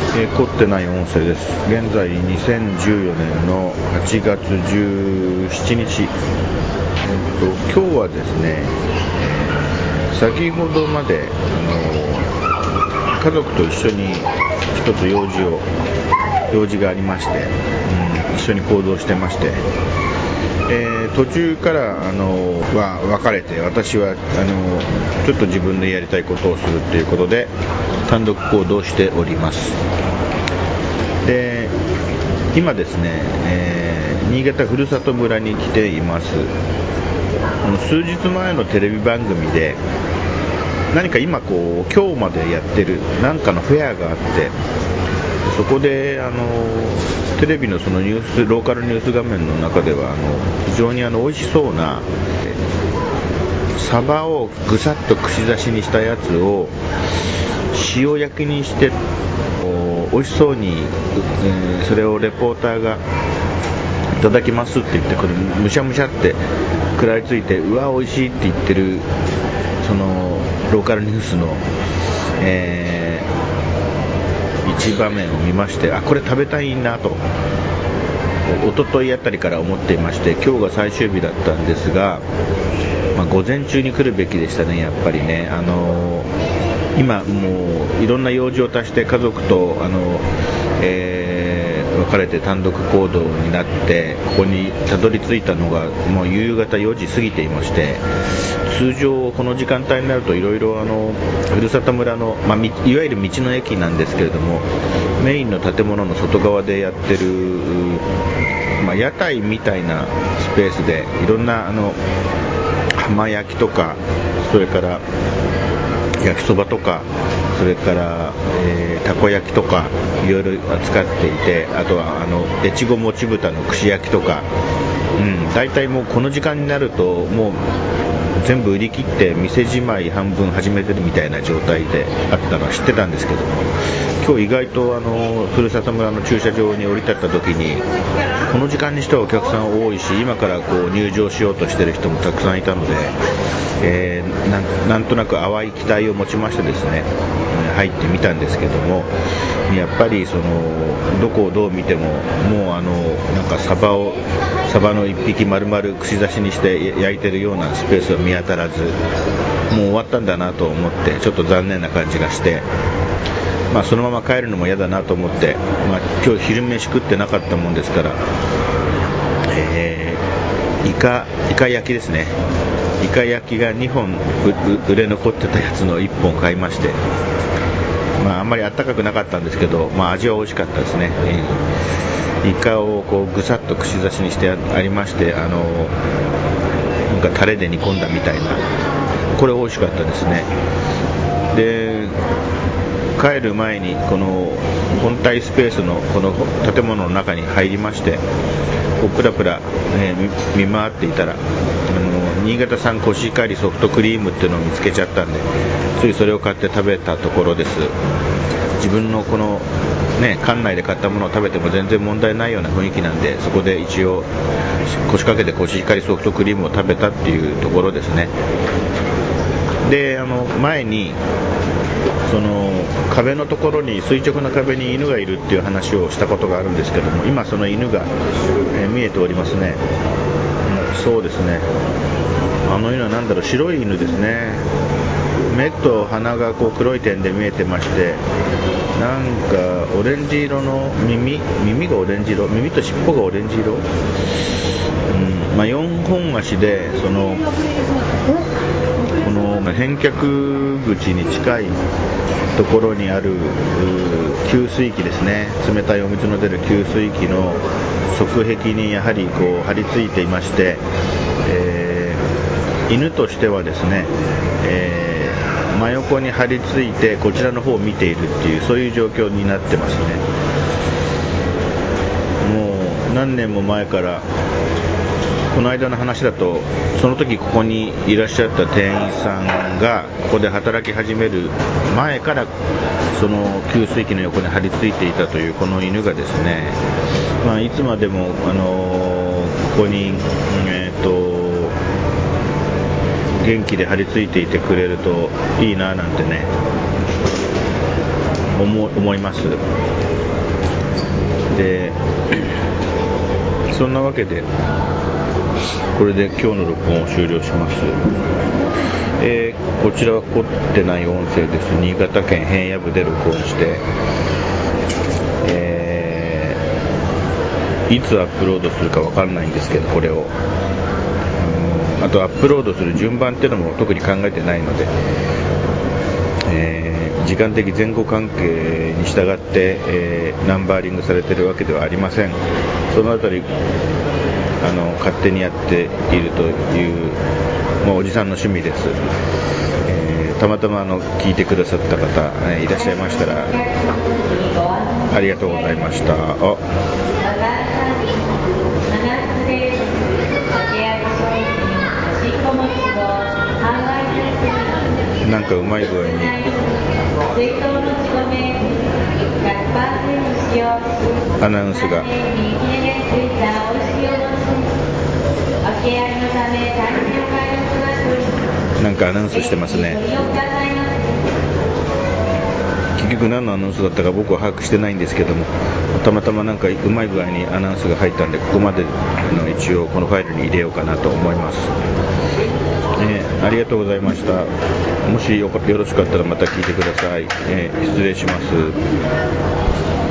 凝ってない音声です。現在2014年の8月17日、今日はですね、先ほどまで家族と一緒に一つ用事がありまして、一緒に行動してまして、途中から別れて、私はちょっと自分でやりたいことをするということで単独行動しております。で、今ですね、新潟ふるさと村に来ています。数日前のテレビ番組で何か今今日までやってる何かのフェアがあって、そこでテレビのそのニュース、ローカルニュース画面の中では非常に美味しそうなサバをぐさっと串刺しにしたやつを塩焼きにして美味しそうに、それをレポーターがいただきますって言って、これむしゃむしゃって食らいついて、うわ美味しいって言ってるそのローカルニュースの、一場面を見まして、これ食べたいなと一昨日あたりから思っていまして、今日が最終日だったんですが、午前中に来るべきでしたね。やっぱりね、今もういろんな用事を足して家族と別れて単独行動になって、ここにたどり着いたのがもう夕方4時過ぎていまして、通常この時間帯になるといろいろふるさと村の、いわゆる道の駅なんですけれども、メインの建物の外側でやってる、屋台みたいなスペースでいろんな浜焼きとか、それから焼きそばとか、それから、たこ焼きとかいろいろ扱っていて、あとは越後もち豚の串焼きとか、大体もうこの時間になるともう全部売り切って店じまい半分始めてるみたいな状態であったのは知ってたんですけども、今日意外とふるさと村の駐車場に降り立った時に、この時間にしてはお客さん多いし、今から入場しようとしてる人もたくさんいたので、なんとなく淡い期待を持ちましてですね、入ってみたんですけども、やっぱりどこをどう見てももうなんかサバの一匹丸々串刺しにして焼いてるようなスペースは見当たらず、もう終わったんだなと思って、ちょっと残念な感じがして、そのまま帰るのも嫌だなと思って、今日昼飯食ってなかったもんですから、イカ焼きですね。イカ焼きが2本売れ残ってたやつの1本買いまして、あんまりあったかくなかったんですけど、味は美味しかったですね。イカをぐさっと串刺しにしてありまして、なんかタレで煮込んだみたいな、これ美味しかったですね。で、帰る前にこの本体スペースのこの建物の中に入りまして、プラプラ、見回っていたら新潟産コシヒカリソフトクリームっていうのを見つけちゃったんで、ついそれを買って食べたところです。自分のこの館内で買ったものを食べても全然問題ないような雰囲気なんで、そこで一応腰掛けてコシヒカリソフトクリームを食べたっていうところですね。で、前にその壁のところに、垂直な壁に犬がいるっていう話をしたことがあるんですけども、今その犬が、見えておりますね。そうですね、犬は何だろう、白い犬ですね。目と鼻が黒い点で見えてまして、なんかオレンジ色の耳がオレンジ色、耳と尻尾がオレンジ色、4本足でこの返却口に近いところにある給水器ですね。冷たいお水の出る給水器の側壁にやはり張り付いていまして、犬としてはですね、真横に張り付いてこちらの方を見ているっていう、そういう状況になってますね。もう何年も前から、この間の話だと、その時ここにいらっしゃった店員さんがここで働き始める前からその給水器の横に張り付いていたというこの犬がですね、いつまでもここに元気で張り付いていてくれるといいななんてね、 思います。で、そんなわけでこれで今日の録音を終了します。こちらは凝ってない音声です。新潟県平野部で録音して、いつアップロードするか分かんないんですけど、これをあとアップロードする順番っていうのも特に考えてないので、時間的前後関係に従って、ナンバーリングされているわけではありません。そのあたり勝手にやっているという、おじさんの趣味です。たまたま聞いてくださった方、いらっしゃいましたらありがとうございました。なんかうまい具合にアナウンスがなんかアナウンスしてますね。結局何のアナウンスだったか僕は把握してないんですけども、たまたまなんかうまい具合にアナウンスが入ったんで、ここまでの一応このファイルに入れようかなと思います。ありがとうございました。もしよろしかったらまた聞いてください。失礼します。